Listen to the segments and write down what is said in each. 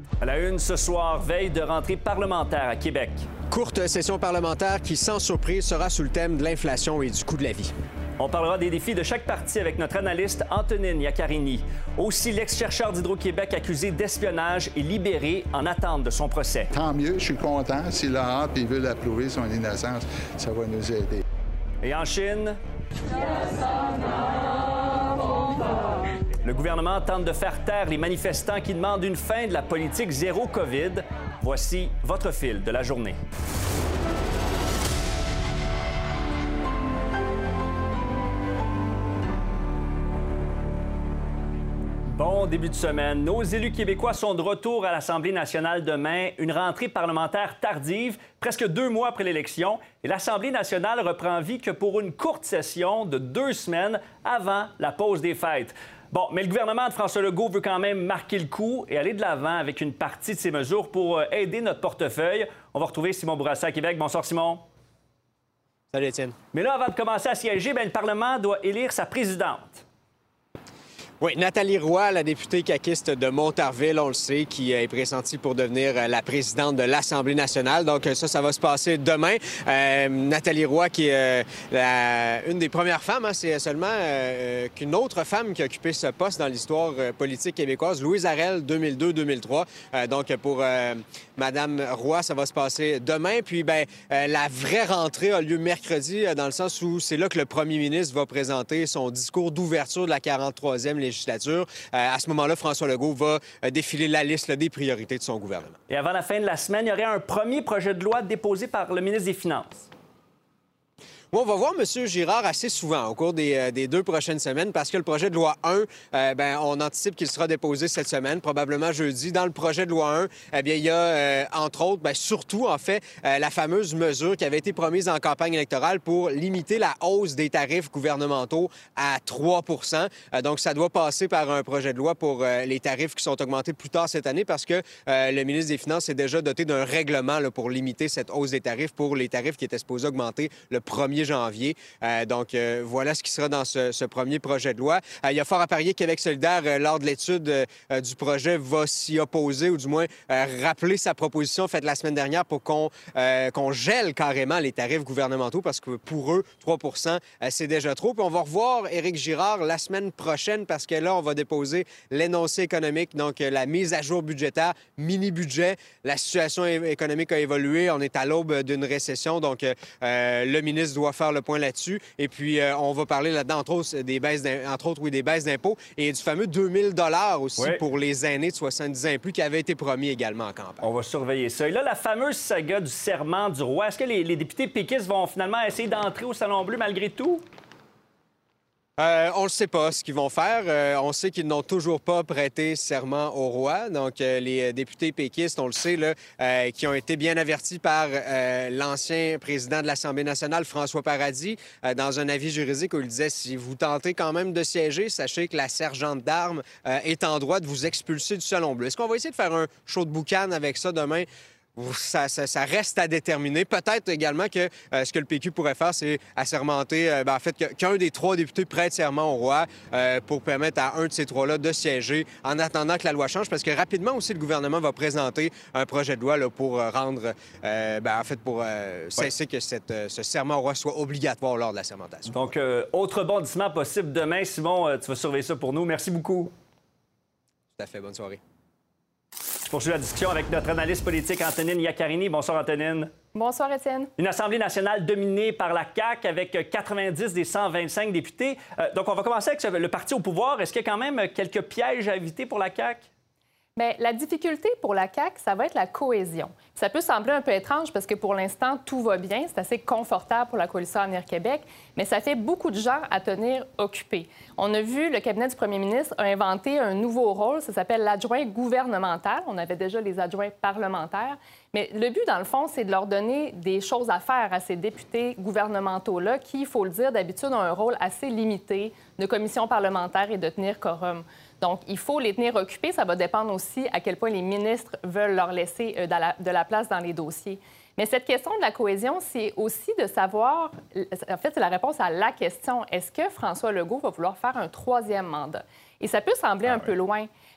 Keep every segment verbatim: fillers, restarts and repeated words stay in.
À la une ce soir, veille de rentrée parlementaire à Québec. Courte session parlementaire qui, sans surprise, sera sous le thème de l'inflation et du coût de la vie. On parlera des défis de chaque parti avec notre analyste Antonine Iaccarini. Aussi, l'ex-chercheur d'Hydro-Québec accusé d'espionnage est libéré en attente de son procès. Tant mieux, je suis content. S'il a hâte et il veut l'approuver, son innocence, ça va nous aider. Et en Chine, le gouvernement tente de faire taire les manifestants qui demandent une fin de la politique zéro COVID. Voici votre fil de la journée. Bon début de semaine. Nos élus québécois sont de retour à l'Assemblée nationale demain. Une rentrée parlementaire tardive, presque deux mois après l'élection. Et l'Assemblée nationale reprend vie que pour une courte session de deux semaines avant la pause des fêtes. Bon, mais le gouvernement de François Legault veut quand même marquer le coup et aller de l'avant avec une partie de ses mesures pour aider notre portefeuille. On va retrouver Simon Bourassa à Québec. Bonsoir, Simon. Salut, Étienne. Mais là, avant de commencer à siéger, bien, le Parlement doit élire sa présidente. Oui, Nathalie Roy, la députée caquiste de Montarville, on le sait, qui est pressentie pour devenir la présidente de l'Assemblée nationale. Donc ça, ça va se passer demain. Euh, Nathalie Roy, qui est euh, la, une des premières femmes, hein, c'est seulement euh, qu'une autre femme qui a occupé ce poste dans l'histoire euh, politique québécoise, Louise Arel, deux mille deux deux mille trois. Euh, donc pour euh, Madame Roy, ça va se passer demain. Puis ben, euh, la vraie rentrée a lieu mercredi, euh, dans le sens où c'est là que le premier ministre va présenter son discours d'ouverture de la quarante-troisième législature. législature. Euh, à ce moment-là, François Legault va euh, défiler la liste là, des priorités de son gouvernement. Et avant la fin de la semaine, il y aurait un premier projet de loi déposé par le ministre des Finances. Bon, on va voir M. Girard assez souvent au cours des, euh, des deux prochaines semaines parce que le projet de loi un, euh, ben, on anticipe qu'il sera déposé cette semaine, probablement jeudi. Dans le projet de loi un, eh bien, il y a, euh, entre autres, ben, surtout, en fait, euh, la fameuse mesure qui avait été promise en campagne électorale pour limiter la hausse des tarifs gouvernementaux à trois pour cent. Euh, donc, ça doit passer par un projet de loi pour euh, les tarifs qui sont augmentés plus tard cette année parce que euh, le ministre des Finances s'est déjà doté d'un règlement là, pour limiter cette hausse des tarifs pour les tarifs qui étaient supposés augmenter le premier janvier. Euh, donc, euh, voilà ce qui sera dans ce, ce premier projet de loi. Euh, il y a fort à parier Québec solidaire, euh, lors de l'étude euh, du projet, va s'y opposer ou du moins euh, rappeler sa proposition faite la semaine dernière pour qu'on euh, qu'on gèle carrément les tarifs gouvernementaux parce que pour eux, trois pour cent, euh, c'est déjà trop. Puis on va revoir Éric Girard la semaine prochaine parce que là, on va déposer l'énoncé économique, donc euh, la mise à jour budgétaire, mini-budget. La situation é- économique a évolué. On est à l'aube d'une récession, donc euh, le ministre doit faire le point là-dessus. Et puis, euh, on va parler là-dedans, entre autres, des baisses, entre autres, oui, des baisses d'impôts et du fameux deux mille dollars aussi oui. pour les aînés de soixante-dix ans et plus qui avait été promis également en campagne. On va surveiller ça. Et là, la fameuse saga du serment du roi, est-ce que les, les députés péquistes vont finalement essayer d'entrer au Salon Bleu malgré tout? Euh, on ne sait pas ce qu'ils vont faire. Euh, on sait qu'ils n'ont toujours pas prêté serment au roi. Donc, euh, les députés péquistes, on le sait, là, euh, qui ont été bien avertis par euh, l'ancien président de l'Assemblée nationale, François Paradis, euh, dans un avis juridique où il disait « Si vous tentez quand même de siéger, sachez que la sergente d'armes euh, est en droit de vous expulser du Salon Bleu. » Est-ce qu'on va essayer de faire un show de boucan avec ça demain? Ça, ça, ça reste à déterminer. Peut-être également que euh, ce que le P Q pourrait faire, c'est assermenter, euh, ben, en fait, qu'un des trois députés prête serment au roi euh, pour permettre à un de ces trois-là de siéger en attendant que la loi change, parce que rapidement aussi, le gouvernement va présenter un projet de loi là, pour rendre, euh, ben, en fait, pour euh, cesser ouais. que cette, euh, ce serment au roi soit obligatoire lors de la sermentation. Donc, euh, autre rebondissement possible demain. Simon, euh, tu vas surveiller ça pour nous. Merci beaucoup. Tout à fait. Bonne soirée. Je poursuis la discussion avec notre analyste politique Antonine Iaccarini. Bonsoir, Antonine. Bonsoir, Étienne. Une Assemblée nationale dominée par la C A Q avec quatre-vingt-dix des cent vingt-cinq députés. Euh, donc, on va commencer avec le parti au pouvoir. Est-ce qu'il y a quand même quelques pièges à éviter pour la C A Q? Bien, la difficulté pour la C A Q, ça va être la cohésion. Ça peut sembler un peu étrange parce que pour l'instant, tout va bien. C'est assez confortable pour la Coalition Avenir Québec, mais ça fait beaucoup de gens à tenir occupés. On a vu, le cabinet du premier ministre a inventé un nouveau rôle. Ça s'appelle l'adjoint gouvernemental. On avait déjà les adjoints parlementaires. Mais le but, dans le fond, c'est de leur donner des choses à faire à ces députés gouvernementaux-là qui, il faut le dire, d'habitude ont un rôle assez limité de commission parlementaire et de tenir quorum. Donc, il faut les tenir occupés. Ça va dépendre aussi à quel point les ministres veulent leur laisser euh, de, la, de la place dans les dossiers. Mais cette question de la cohésion, c'est aussi de savoir... En fait, c'est la réponse à la question. Est-ce que François Legault va vouloir faire un troisième mandat? Et ça peut sembler ah, un ouais. peu loin,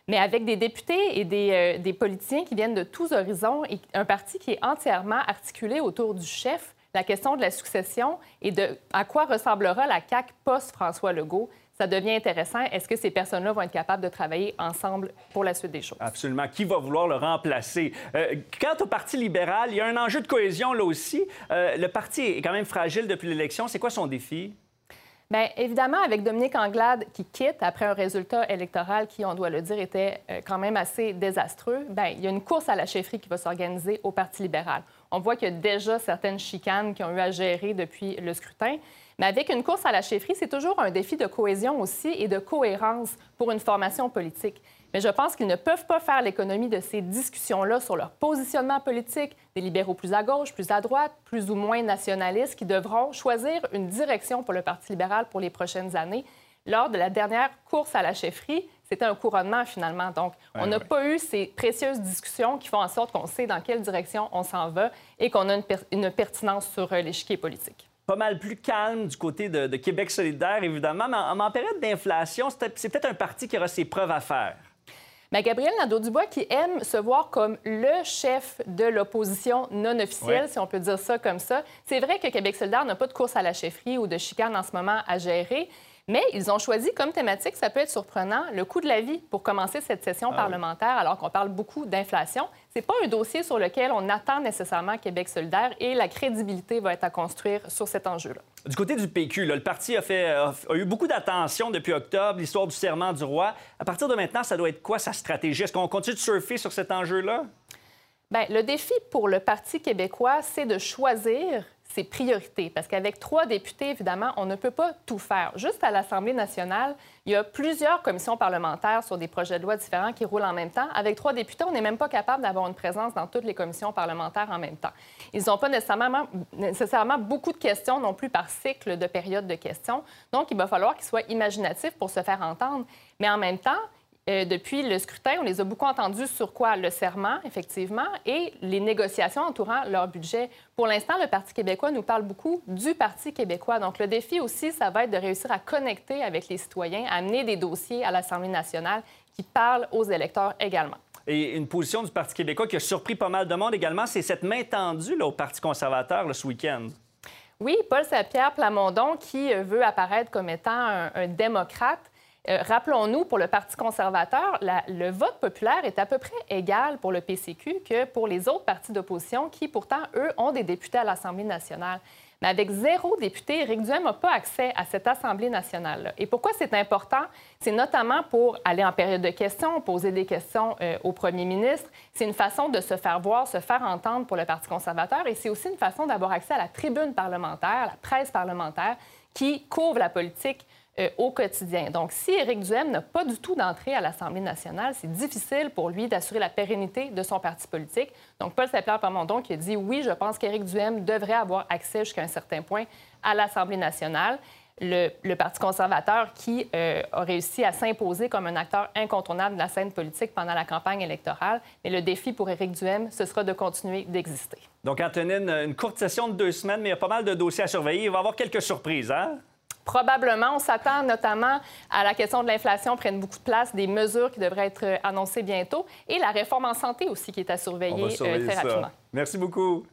Mais avec des députés et des, euh, des politiciens qui viennent de tous horizons et un parti qui est entièrement articulé autour du chef, la question de la succession et de à quoi ressemblera la C A Q post-François Legault, ça devient intéressant. Est-ce que ces personnes-là vont être capables de travailler ensemble pour la suite des choses? Absolument. Qui va vouloir le remplacer? Euh, quant au Parti libéral, il y a un enjeu de cohésion là aussi. Euh, le parti est quand même fragile depuis l'élection. C'est quoi son défi? Bien, évidemment, avec Dominique Anglade qui quitte après un résultat électoral qui, on doit le dire, était euh, quand même assez désastreux, bien, il y a une course à la chefferie qui va s'organiser au Parti libéral. On voit qu'il y a déjà certaines chicanes qui ont eu à gérer depuis le scrutin. Mais avec une course à la chefferie, c'est toujours un défi de cohésion aussi et de cohérence pour une formation politique. Mais je pense qu'ils ne peuvent pas faire l'économie de ces discussions-là sur leur positionnement politique, des libéraux plus à gauche, plus à droite, plus ou moins nationalistes, qui devront choisir une direction pour le Parti libéral pour les prochaines années. Lors de la dernière course à la chefferie, c'était un couronnement, finalement. Donc, ouais, on n'a ouais. pas eu ces précieuses discussions qui font en sorte qu'on sait dans quelle direction on s'en va et qu'on a une, per- une pertinence sur euh, l'échiquier politique. Pas mal plus calme du côté de, de Québec solidaire, évidemment, mais en, en période d'inflation, c'est, c'est peut-être un parti qui aura ses preuves à faire. Bien, Gabriel Nadeau-Dubois, qui aime se voir comme le chef de l'opposition non officielle, oui. si on peut dire ça comme ça. C'est vrai que Québec solidaire n'a pas de course à la chefferie ou de chicane en ce moment à gérer, mais ils ont choisi comme thématique, ça peut être surprenant, le coût de la vie pour commencer cette session ah, parlementaire, oui. alors qu'on parle beaucoup d'inflation. C'est pas un dossier sur lequel on attend nécessairement Québec solidaire et la crédibilité va être à construire sur cet enjeu-là. Du côté du P Q, là, le parti a, fait, a, a eu beaucoup d'attention depuis octobre, l'histoire du serment du roi. À partir de maintenant, ça doit être quoi sa stratégie? Est-ce qu'on continue de surfer sur cet enjeu-là? Bien, le défi pour le Parti québécois, c'est de choisir ses priorités. Parce qu'avec trois députés, évidemment, on ne peut pas tout faire. Juste à l'Assemblée nationale, il y a plusieurs commissions parlementaires sur des projets de loi différents qui roulent en même temps. Avec trois députés, on n'est même pas capable d'avoir une présence dans toutes les commissions parlementaires en même temps. Ils n'ont pas nécessairement, nécessairement beaucoup de questions non plus par cycle de période de questions. Donc, il va falloir qu'ils soient imaginatifs pour se faire entendre. Mais en même temps, Euh, depuis le scrutin, on les a beaucoup entendus sur quoi? Le serment, effectivement, et les négociations entourant leur budget. Pour l'instant, le Parti québécois nous parle beaucoup du Parti québécois. Donc, le défi aussi, ça va être de réussir à connecter avec les citoyens, à amener des dossiers à l'Assemblée nationale qui parlent aux électeurs également. Et une position du Parti québécois qui a surpris pas mal de monde également, c'est cette main tendue là, au Parti conservateur là, ce week-end. Oui, Paul Saint-Pierre Plamondon qui veut apparaître comme étant un, un démocrate. Euh, rappelons-nous, pour le Parti conservateur, la, le vote populaire est à peu près égal pour le P C Q que pour les autres partis d'opposition qui, pourtant, eux, ont des députés à l'Assemblée nationale. Mais avec zéro député, Éric Duhem n'a pas accès à cette Assemblée nationale-là. Et pourquoi c'est important? C'est notamment pour aller en période de questions, poser des questions euh, au premier ministre. C'est une façon de se faire voir, se faire entendre pour le Parti conservateur. Et c'est aussi une façon d'avoir accès à la tribune parlementaire, la presse parlementaire, qui couvre la politique Euh, au quotidien. Donc, si Éric Duhem n'a pas du tout d'entrée à l'Assemblée nationale, c'est difficile pour lui d'assurer la pérennité de son parti politique. Donc, Paul Saint-Pierre Plamondon qui a dit oui, je pense qu'Éric Duhem devrait avoir accès jusqu'à un certain point à l'Assemblée nationale. Le, le Parti conservateur qui euh, a réussi à s'imposer comme un acteur incontournable de la scène politique pendant la campagne électorale. Mais le défi pour Éric Duhem, ce sera de continuer d'exister. Donc, Antonine, une courte session de deux semaines, mais il y a pas mal de dossiers à surveiller. Il va y avoir quelques surprises, hein? Probablement. On s'attend notamment à la question de l'inflation prenne beaucoup de place, des mesures qui devraient être annoncées bientôt et la réforme en santé aussi qui est à surveiller, On va surveiller euh, très ça. rapidement. Merci beaucoup.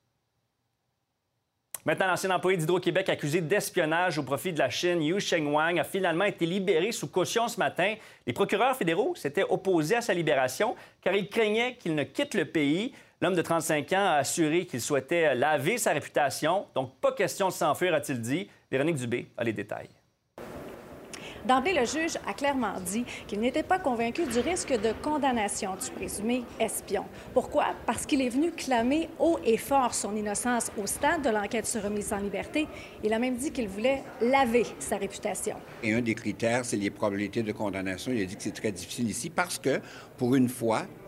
Maintenant, l'ancien employé d'Hydro-Québec accusé d'espionnage au profit de la Chine, Yu Shengwang, a finalement été libéré sous caution ce matin. Les procureurs fédéraux s'étaient opposés à sa libération car ils craignaient qu'il ne quitte le pays. L'homme de trente-cinq ans a assuré qu'il souhaitait laver sa réputation. Donc, pas question de s'enfuir, a-t-il dit. Véronique Dubé a les détails. D'emblée, le juge a clairement dit qu'il n'était pas convaincu du risque de condamnation du présumé espion. Pourquoi? Parce qu'il est venu clamer haut et fort son innocence au stade de l'enquête sur remise en liberté. Il a même dit qu'il voulait laver sa réputation. Et un des critères, c'est les probabilités de condamnation. Il a dit que c'est très difficile ici parce que, pour une fois,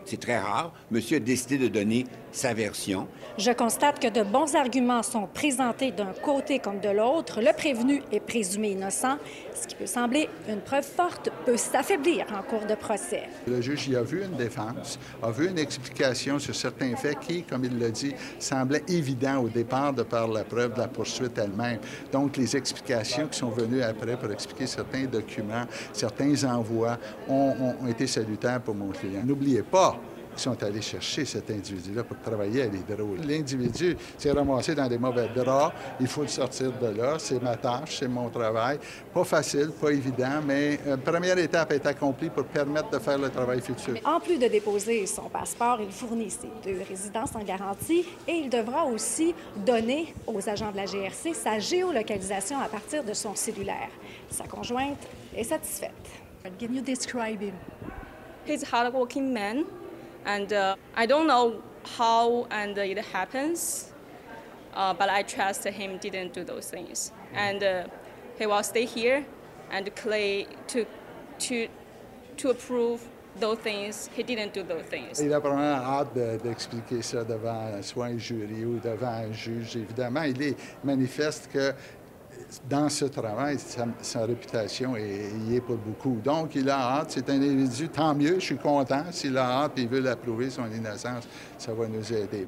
c'est très rare. Monsieur a décidé de donner sa version. Je constate que de bons arguments sont présentés d'un côté comme de l'autre. Le prévenu est présumé innocent. Ce qui peut sembler une preuve forte peut s'affaiblir en cours de procès. Le juge y a vu une défense, a vu une explication sur certains faits qui, comme il l'a dit, semblaient évidents au départ de par la preuve de la poursuite elle-même. Donc, les explications qui sont venues après pour expliquer certains documents, certains envois ont, ont été salutaires pour mon client. N'oubliez pas qu'ils sont allés chercher cet individu-là pour travailler à l'hydro. L'individu s'est ramassé dans des mauvais draps. Il faut le sortir de là. C'est ma tâche, c'est mon travail. Pas facile, pas évident, mais une première étape est accomplie pour permettre de faire le travail futur. En plus de déposer son passeport, il fournit ses deux résidences en garantie et il devra aussi donner aux agents de la G R C sa géolocalisation à partir de son cellulaire. Sa conjointe est satisfaite. Can you describe him? He's a hardworking man. And uh, I don't know how and it happens, uh, but I trust him didn't do those things. And uh, he will stay here and clay to, to, to approve those things. He didn't do those things. Il a probablement hâte de, d'expliquer ça devant soit un jury ou devant un juge. Évidemment, il est manifeste que dans ce travail, sa, sa réputation est, y est pour beaucoup. Donc, il a hâte. C'est un individu, tant mieux, je suis content. S'il a hâte et il veut l'approuver, son innocence, ça va nous aider.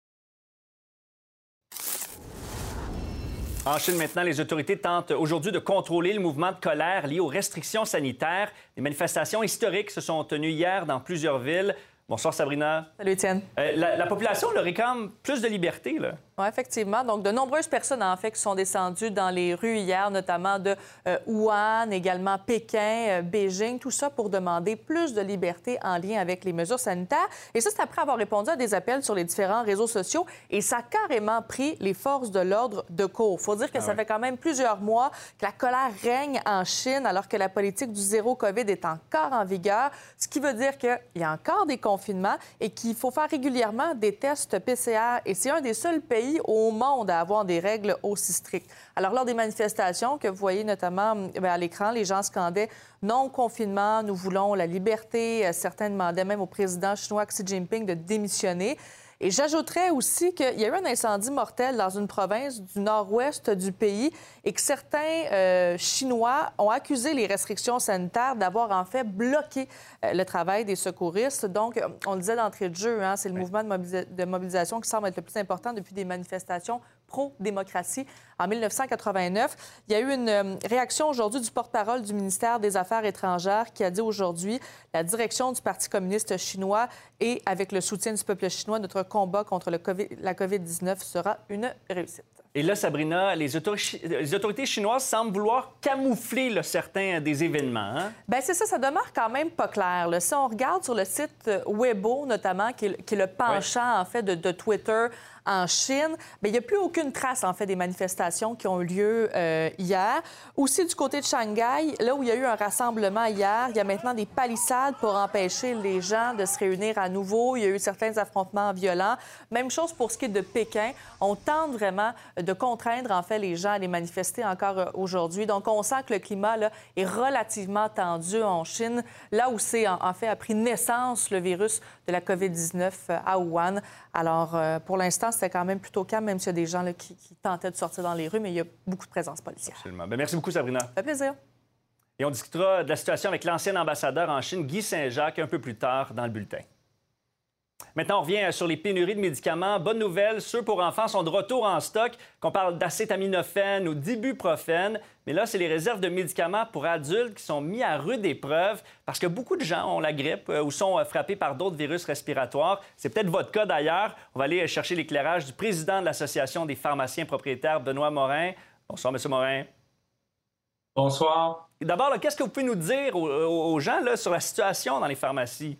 En Chine, maintenant, les autorités tentent aujourd'hui de contrôler le mouvement de colère lié aux restrictions sanitaires. Des manifestations historiques se sont tenues hier dans plusieurs villes. Bonsoir, Sabrina. Salut, Étienne. Euh, la, la population leur réclame plus de liberté, là. Oui, effectivement. Donc, de nombreuses personnes, en fait, qui sont descendues dans les rues hier, notamment de euh, Wuhan, également Pékin, euh, Beijing, tout ça pour demander plus de liberté en lien avec les mesures sanitaires. Et ça, c'est après avoir répondu à des appels sur les différents réseaux sociaux. Et ça a carrément pris les forces de l'ordre de court. Il faut dire que ah ça ouais. fait quand même plusieurs mois que la colère règne en Chine, alors que la politique du zéro COVID est encore en vigueur, ce qui veut dire qu'il y a encore des confinements et qu'il faut faire régulièrement des tests P C R. Et c'est un des seuls pays au monde à avoir des règles aussi strictes. Alors, lors des manifestations que vous voyez notamment bien, à l'écran, les gens scandaient « non-confinement, nous voulons la liberté ». Certains demandaient même au président chinois Xi Jinping de démissionner. Et j'ajouterais aussi qu'il y a eu un incendie mortel dans une province du nord-ouest du pays et que certains euh, Chinois ont accusé les restrictions sanitaires d'avoir en fait bloqué euh, le travail des secouristes. Donc, on le disait d'entrée de jeu, hein, c'est le oui. mouvement de, mobilisa- de mobilisation qui semble être le plus important depuis des manifestations pro-démocratie en dix-neuf cent quatre-vingt-neuf. Il y a eu une euh, réaction aujourd'hui du porte-parole du ministère des Affaires étrangères qui a dit aujourd'hui la direction du Parti communiste chinois et avec le soutien du peuple chinois, notre combat contre le COVID, la COVID dix-neuf sera une réussite. Et là, Sabrina, les, autori- les autorités chinoises semblent vouloir camoufler là, certains des événements. Hein? Bien, c'est ça, ça demeure quand même pas clair. Là. Si on regarde sur le site Weibo, notamment, qui est, qui est le penchant, oui. en fait, de, de Twitter en Chine, bien, il n'y a plus aucune trace, en fait, des manifestations qui ont eu lieu euh, hier. Aussi, du côté de Shanghai, là où il y a eu un rassemblement hier, il y a maintenant des palissades pour empêcher les gens de se réunir à nouveau. Il y a eu certains affrontements violents. Même chose pour ce qui est de Pékin. On tente vraiment de contraindre, en fait, les gens à les manifester encore aujourd'hui. Donc, on sent que le climat, là, est relativement tendu en Chine, là où c'est, en, en fait, a pris naissance le virus de la COVID dix-neuf à Wuhan. Alors, euh, pour l'instant, c'était quand même plutôt calme, même s'il y a des gens là, qui, qui tentaient de sortir dans les rues, mais il y a beaucoup de présence policière. Absolument. Bien, merci beaucoup, Sabrina. Ça fait plaisir. Et on discutera de la situation avec l'ancien ambassadeur en Chine, Guy Saint-Jacques, un peu plus tard dans le bulletin. Maintenant, on revient sur les pénuries de médicaments. Bonne nouvelle, ceux pour enfants sont de retour en stock, qu'on parle d'acétaminophène ou d'ibuprofène. Mais là, c'est les réserves de médicaments pour adultes qui sont mis à rude épreuve parce que beaucoup de gens ont la grippe ou sont frappés par d'autres virus respiratoires. C'est peut-être votre cas d'ailleurs. On va aller chercher l'éclairage du président de l'Association des pharmaciens propriétaires, Benoît Morin. Bonsoir, M. Morin. Bonsoir. D'abord, là, qu'est-ce que vous pouvez nous dire aux, aux gens là, sur la situation dans les pharmacies?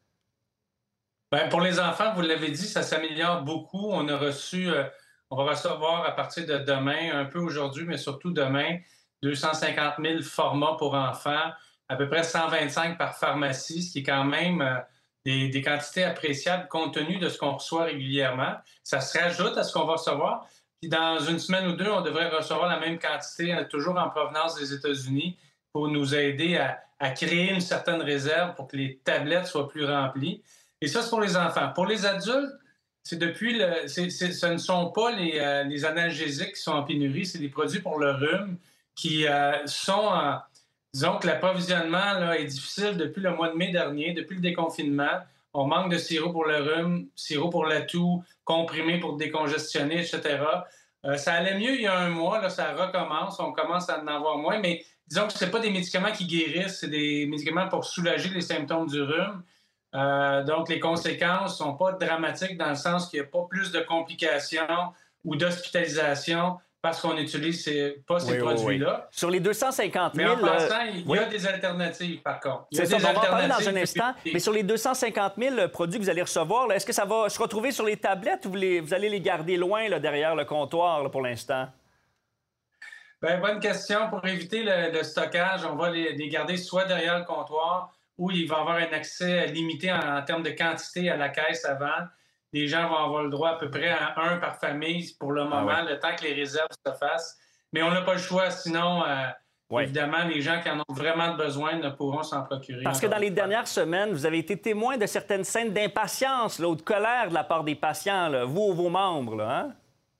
Bien, pour les enfants, vous l'avez dit, ça s'améliore beaucoup. On a reçu, euh, on va recevoir à partir de demain, un peu aujourd'hui, mais surtout demain, deux cent cinquante mille formats pour enfants, à peu près cent vingt-cinq par pharmacie, ce qui est quand même euh, des, des quantités appréciables compte tenu de ce qu'on reçoit régulièrement. Ça se rajoute à ce qu'on va recevoir. Puis dans une semaine ou deux, on devrait recevoir la même quantité, hein, toujours en provenance des États-Unis, pour nous aider à, à créer une certaine réserve pour que les tablettes soient plus remplies. Et ça, c'est pour les enfants. Pour les adultes, c'est depuis le, c'est, c'est, ce ne sont pas les, euh, les analgésiques qui sont en pénurie, c'est des produits pour le rhume qui euh, sont en... Disons que l'approvisionnement là, est difficile depuis le mois de mai dernier, depuis le déconfinement. On manque de sirop pour le rhume, sirop pour la toux, comprimés pour décongestionner, et cetera. Euh, ça allait mieux il y a un mois, là, ça recommence, on commence à en avoir moins, mais disons que ce n'est pas des médicaments qui guérissent, c'est des médicaments pour soulager les symptômes du rhume. Euh, donc, les conséquences ne sont pas dramatiques dans le sens qu'il n'y a pas plus de complications ou d'hospitalisation parce qu'on n'utilise ces, pas ces oui, produits-là. Oui. Sur les deux cent cinquante mille... Mais en passant, il y oui. a des alternatives, par contre. Il y a C'est des ça, on va en parler dans un depuis... instant. Mais sur les deux cent cinquante mille produits que vous allez recevoir, là, est-ce que ça va se retrouver sur les tablettes ou vous, les, vous allez les garder loin là, derrière le comptoir là, pour l'instant? Bien, bonne question. Pour éviter le, le stockage, on va les, les garder soit derrière le comptoir où il va y avoir un accès limité en, en termes de quantité à la caisse avant. Les gens vont avoir le droit à peu près à un par famille pour le moment, ah ouais. le temps que les réserves se fassent. Mais on n'a pas le choix, sinon, euh, ouais. évidemment, les gens qui en ont vraiment besoin ne pourront s'en procurer. Parce que dans les dernières semaines, vous avez été témoin de certaines scènes d'impatience là, ou de colère de la part des patients, là, vous ou vos membres, là, hein?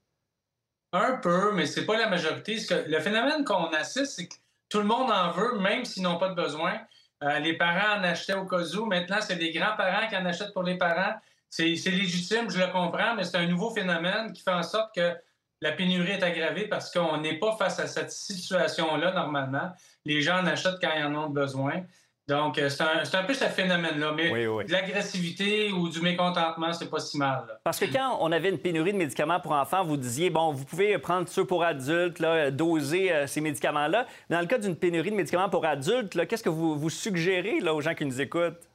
Un peu, mais c'est pas la majorité. Ce que, le phénomène qu'on assiste, c'est que tout le monde en veut, même s'ils n'ont pas de besoin. Euh, les parents en achetaient au cas où. Maintenant, c'est les grands-parents qui en achètent pour les parents. C'est, c'est légitime, je le comprends, mais c'est un nouveau phénomène qui fait en sorte que la pénurie est aggravée parce qu'on n'est pas face à cette situation-là normalement. Les gens en achètent quand ils en ont besoin. Donc, c'est un, c'est un peu ce phénomène-là. Mais oui, oui. de l'agressivité ou du mécontentement, c'est pas si mal. Là. Parce que quand on avait une pénurie de médicaments pour enfants, vous disiez, bon, vous pouvez prendre ceux pour adultes, là, doser euh, ces médicaments-là. Dans le cas d'une pénurie de médicaments pour adultes, là, qu'est-ce que vous, vous suggérez là, aux gens qui nous écoutent?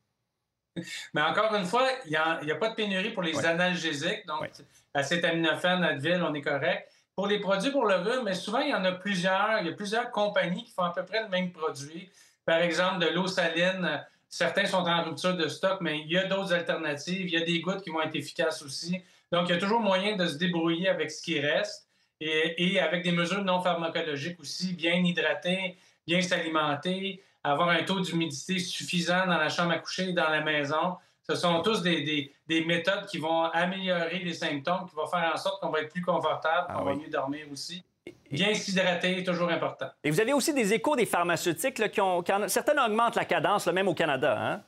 Mais encore une fois, il n'y a, a pas de pénurie pour les oui. analgésiques. Donc, oui. acétaminophène, Advil, on est correct. Pour les produits pour le rhume, mais souvent, il y en a plusieurs. Il y a plusieurs compagnies qui font à peu près le même produit. Par exemple, de l'eau saline, certains sont en rupture de stock, mais il y a d'autres alternatives. Il y a des gouttes qui vont être efficaces aussi. Donc, il y a toujours moyen de se débrouiller avec ce qui reste et, et avec des mesures non pharmacologiques aussi, bien hydrater, bien s'alimenter, avoir un taux d'humidité suffisant dans la chambre à coucher et dans la maison. Ce sont tous des, des, des méthodes qui vont améliorer les symptômes, qui vont faire en sorte qu'on va être plus confortable, ah, qu'on oui. va mieux dormir aussi. Bien s'hydrater, toujours important. Et vous avez aussi des échos des pharmaceutiques là, qui ont... Qui en... Certaines augmentent la cadence, là, même au Canada, hein?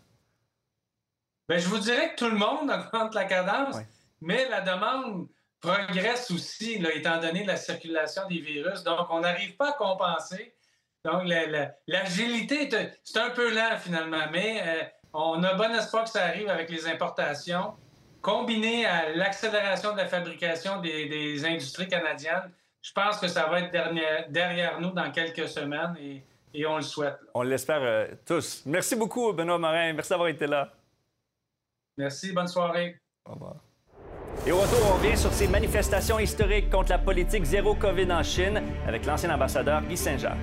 Bien, je vous dirais que tout le monde augmente la cadence, oui. mais la demande progresse aussi, là, étant donné la circulation des virus. Donc, on n'arrive pas à compenser. Donc, la, la, l'agilité, c'est un peu lent, finalement, mais euh, on a bon espoir que ça arrive avec les importations, combiné à l'accélération de la fabrication des, des industries canadiennes. Je pense que ça va être derrière, derrière nous dans quelques semaines et, et on le souhaite. Là. On l'espère euh, tous. Merci beaucoup, Benoît Morin. Merci d'avoir été là. Merci. Bonne soirée. Au revoir. Et au retour, on revient sur ces manifestations historiques contre la politique zéro COVID en Chine avec l'ancien ambassadeur Guy Saint-Jacques.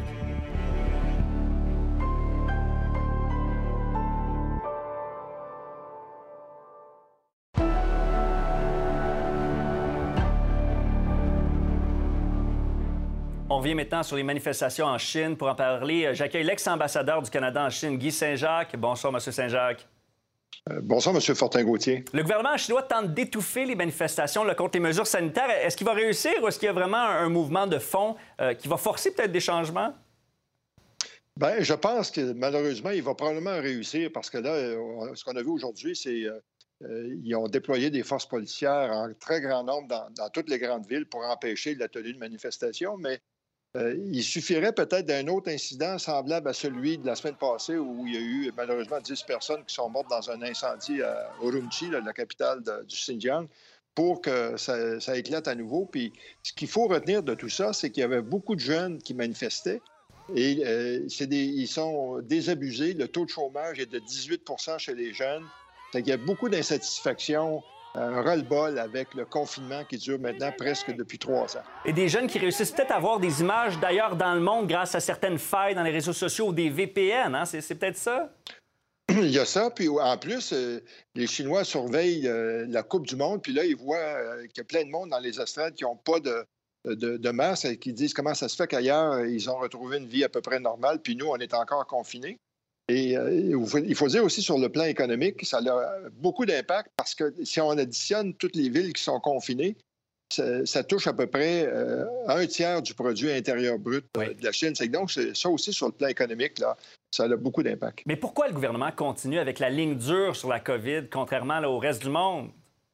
On revient maintenant sur les manifestations en Chine. Pour en parler, j'accueille l'ex-ambassadeur du Canada en Chine, Guy Saint-Jacques. Bonsoir, M. Saint-Jacques. Euh, bonsoir, M. Fortin-Gauthier. Le gouvernement chinois tente d'étouffer les manifestations là, contre les mesures sanitaires. Est-ce qu'il va réussir ou est-ce qu'il y a vraiment un mouvement de fond euh, qui va forcer peut-être des changements? Bien, je pense que malheureusement, il va probablement réussir parce que là, ce qu'on a vu aujourd'hui, c'est euh, ils ont déployé des forces policières en très grand nombre dans, dans toutes les grandes villes pour empêcher la tenue de manifestations, mais Euh, il suffirait peut-être d'un autre incident semblable à celui de la semaine passée où il y a eu malheureusement dix personnes qui sont mortes dans un incendie à Urumqi, là, la capitale de, du Xinjiang, pour que ça, ça éclate à nouveau. Puis ce qu'il faut retenir de tout ça, c'est qu'il y avait beaucoup de jeunes qui manifestaient et euh, c'est des, ils sont désabusés. Le taux de chômage est de dix-huit pour cent chez les jeunes. Il y a beaucoup d'insatisfaction. Un ras-le-bol avec le confinement qui dure maintenant presque depuis trois ans. Et des jeunes qui réussissent peut-être à avoir des images d'ailleurs dans le monde grâce à certaines failles dans les réseaux sociaux ou des V P N, hein? C'est, c'est peut-être ça? Il y a ça, puis en plus, euh, les Chinois surveillent euh, la Coupe du monde, puis là, ils voient euh, qu'il y a plein de monde dans les estrades qui n'ont pas de, de, de masque et qui disent comment ça se fait qu'ailleurs, ils ont retrouvé une vie à peu près normale, puis nous, on est encore confinés. Et euh, il faut dire aussi sur le plan économique, ça a beaucoup d'impact parce que si on additionne toutes les villes qui sont confinées, ça, ça touche à peu près euh, un tiers du produit intérieur brut euh, oui. de la Chine. C'est donc, ça aussi, sur le plan économique, là, ça a beaucoup d'impact. Mais pourquoi le gouvernement continue avec la ligne dure sur la COVID, contrairement là, au reste du monde?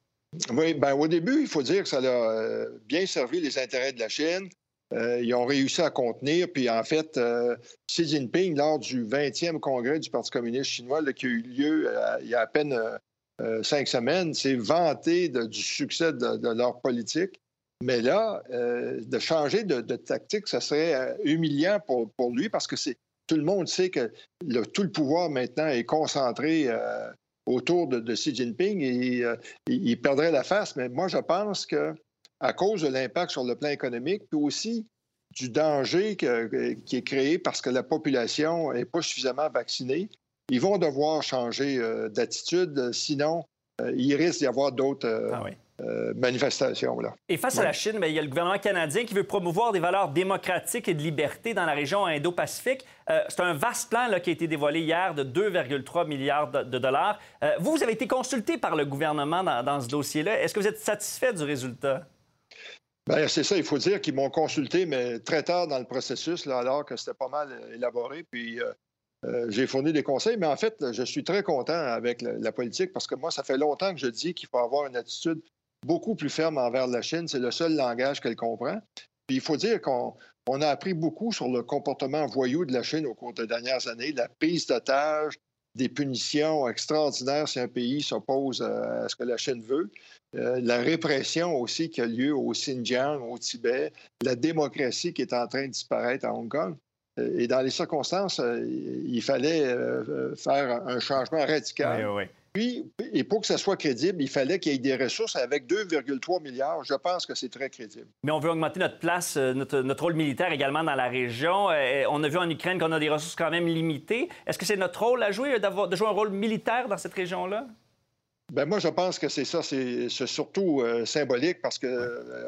Oui, bien, au début, il faut dire que ça a euh, bien servi les intérêts de la Chine. Euh, ils ont réussi à contenir. Puis, en fait, euh, Xi Jinping, lors du vingtième congrès du Parti communiste chinois, là, qui a eu lieu euh, il y a à peine euh, euh, cinq semaines, s'est vanté de, du succès de, de leur politique. Mais là, euh, de changer de, de tactique, ça serait euh, humiliant pour, pour lui parce que c'est tout le monde sait que le, tout le pouvoir maintenant est concentré euh, autour de, de Xi Jinping et euh, il, il perdrait la face. Mais moi, je pense que à cause de l'impact sur le plan économique, puis aussi du danger que, qui est créé parce que la population n'est pas suffisamment vaccinée, ils vont devoir changer euh, d'attitude, sinon euh, il risque d'y avoir d'autres euh, ah oui. euh, manifestations. Là. Et face ouais. à la Chine, bien, il y a le gouvernement canadien qui veut promouvoir des valeurs démocratiques et de liberté dans la région Indo-Pacifique. Euh, c'est un vaste plan là, qui a été dévoilé hier de deux virgule trois milliards de, de dollars. Euh, vous, vous avez été consulté par le gouvernement dans, dans ce dossier-là. Est-ce que vous êtes satisfait du résultat? Bien, c'est ça, il faut dire qu'ils m'ont consulté, mais très tard dans le processus, là, alors que c'était pas mal élaboré. Puis euh, euh, j'ai fourni des conseils, mais en fait, je suis très content avec la, la politique parce que moi, ça fait longtemps que je dis qu'il faut avoir une attitude beaucoup plus ferme envers la Chine. C'est le seul langage qu'elle comprend. Puis il faut dire qu'on on a appris beaucoup sur le comportement voyou de la Chine au cours des dernières années, la prise d'otages, des punitions extraordinaires si un pays s'oppose à ce que la Chine veut. Euh, la répression aussi qui a lieu au Xinjiang, au Tibet, la démocratie qui est en train de disparaître à Hong Kong. Euh, et dans les circonstances, euh, il fallait euh, faire un changement radical. Oui, oui. Puis, et pour que ça soit crédible, il fallait qu'il y ait des ressources avec deux virgule trois milliards. Je pense que c'est très crédible. Mais on veut augmenter notre place, notre, notre rôle militaire également dans la région. Euh, on a vu en Ukraine qu'on a des ressources quand même limitées. Est-ce que c'est notre rôle à jouer, d'avoir, de jouer un rôle militaire dans cette région-là? Bien, moi, je pense que c'est ça. C'est, c'est surtout euh, symbolique parce qu'on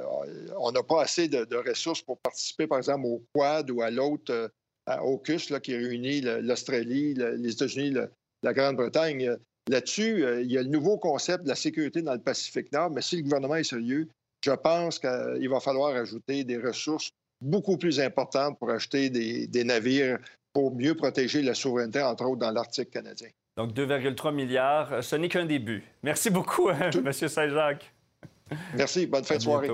euh, n'a pas assez de, de ressources pour participer, par exemple, au Quad ou à l'autre, euh, à AUKUS, là, qui réunit l'Australie, les États-Unis, le, la Grande-Bretagne. Là-dessus, euh, il y a le nouveau concept de la sécurité dans le Pacifique Nord, mais si le gouvernement est sérieux, je pense qu'il va falloir ajouter des ressources beaucoup plus importantes pour acheter des, des navires pour mieux protéger la souveraineté, entre autres, dans l'Arctique canadien. Donc, deux virgule trois milliards, ce n'est qu'un début. Merci beaucoup, hein, M. Saint-Jacques. Merci. Bonne fin de soirée.